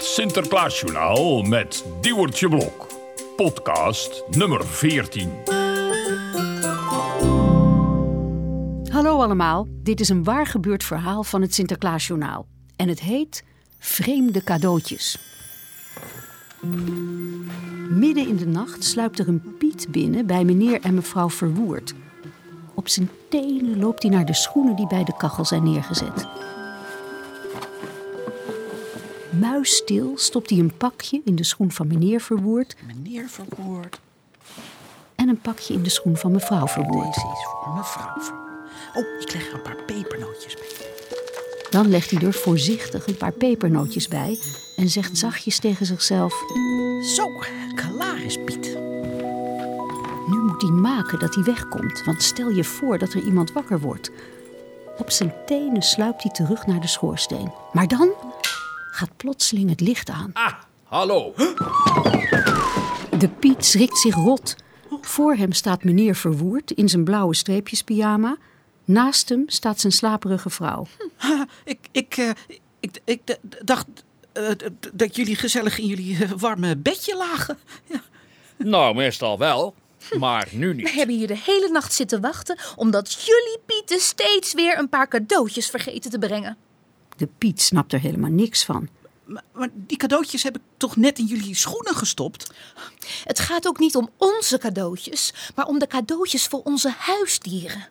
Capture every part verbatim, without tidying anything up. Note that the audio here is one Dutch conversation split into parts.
Het Sinterklaasjournaal met Diewertje Blok. Podcast nummer veertien. Hallo allemaal, dit is een waar gebeurd verhaal van het Sinterklaasjournaal. En het heet Vreemde cadeautjes. Midden in de nacht sluipt er een Piet binnen bij meneer en mevrouw Verwoerd. Op zijn tenen loopt hij naar de schoenen die bij de kachel zijn neergezet. Muisstil stopt hij een pakje in de schoen van meneer Verwoerd. Meneer Verwoerd. En een pakje in de schoen van mevrouw Verwoerd. Deze is voor mevrouw Verwoerd. Oh, ik leg er een paar pepernootjes bij. Dan legt hij er voorzichtig een paar pepernootjes bij en zegt zachtjes tegen zichzelf: Zo, klaar is Piet. Nu moet hij maken dat hij wegkomt, want stel je voor dat er iemand wakker wordt. Op zijn tenen sluipt hij terug naar de schoorsteen. Maar dan gaat plotseling het licht aan. Ah, hallo. De Piet schrikt zich rot. Voor hem staat meneer Verwoerd in zijn blauwe streepjespyjama. Naast hem staat zijn slaperige vrouw. Ha, ik, ik, uh, ik, ik d- dacht uh, d- dat jullie gezellig in jullie uh, warme bedje lagen. Ja. Nou, meestal wel, maar nu niet. We hebben hier de hele nacht zitten wachten omdat jullie Pieten steeds weer een paar cadeautjes vergeten te brengen. De Piet snapt er helemaal niks van. Maar, maar die cadeautjes heb ik toch net in jullie schoenen gestopt? Het gaat ook niet om onze cadeautjes, maar om de cadeautjes voor onze huisdieren.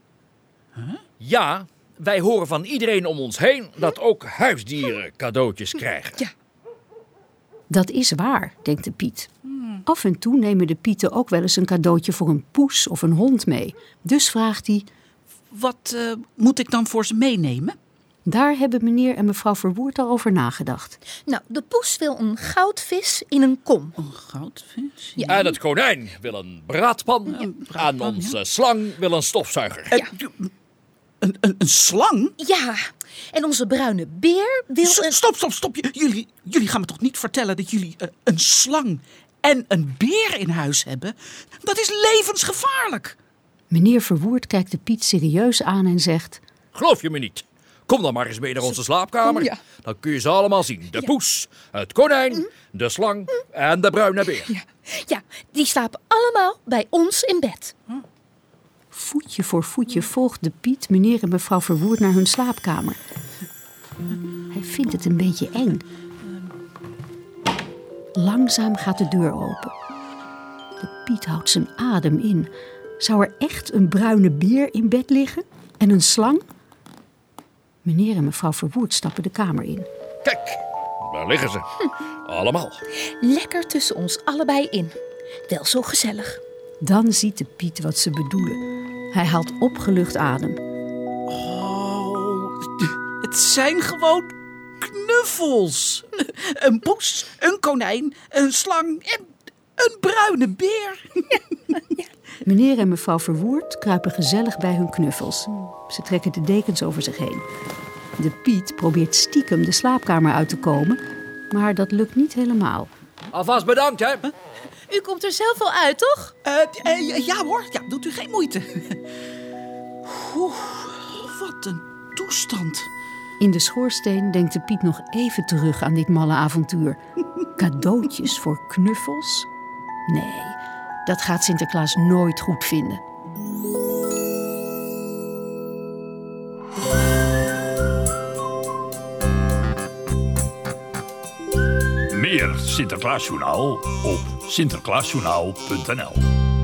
Ja, wij horen van iedereen om ons heen dat ook huisdieren cadeautjes krijgen. Ja. Dat is waar, denkt de Piet. Af en toe nemen de Pieten ook wel eens een cadeautje voor een poes of een hond mee. Dus vraagt hij: Wat uh, moet ik dan voor ze meenemen? Daar hebben meneer en mevrouw Verwoerd al over nagedacht. Nou, de poes wil een goudvis in een kom. Een goudvis? Ja. En het konijn wil een braadpan. Een braadpan, en onze ja. slang wil een stofzuiger. Uh, een, een, een slang? Ja, en onze bruine beer wil S- een... Stop, stop, stop. J- Jullie, jullie gaan me toch niet vertellen dat jullie uh, een slang en een beer in huis hebben? Dat is levensgevaarlijk. Meneer Verwoerd kijkt de Piet serieus aan en zegt: Geloof je me niet? Kom dan maar eens mee naar onze slaapkamer. Ja. Dan kun je ze allemaal zien. De poes, het konijn, de slang en de bruine beer. Ja, ja, die slapen allemaal bij ons in bed. Voetje voor voetje volgt de Piet meneer en mevrouw Verwoerd naar hun slaapkamer. Hij vindt het een beetje eng. Langzaam gaat de deur open. De Piet houdt zijn adem in. Zou er echt een bruine beer in bed liggen? En een slang? Meneer en mevrouw Verwoerd stappen de kamer in. Kijk, daar liggen ze. Allemaal. Lekker tussen ons allebei in. Wel zo gezellig. Dan ziet de Piet wat ze bedoelen. Hij haalt opgelucht adem. Oh, het zijn gewoon knuffels. Een poes, een konijn, een slang en een bruine beer. Meneer en mevrouw Verwoerd kruipen gezellig bij hun knuffels. Ze trekken de dekens over zich heen. De Piet probeert stiekem de slaapkamer uit te komen, maar dat lukt niet helemaal. Alvast bedankt, hè. U komt er zelf wel uit, toch? Uh, uh, ja hoor, ja, doet u geen moeite. Oeh, wat een toestand. In de schoorsteen denkt de Piet nog even terug aan dit malle avontuur. Cadeautjes voor knuffels? Nee, dat gaat Sinterklaas nooit goed vinden. Meer Sinterklaasjournaal op sinterklaasjournaal punt n l.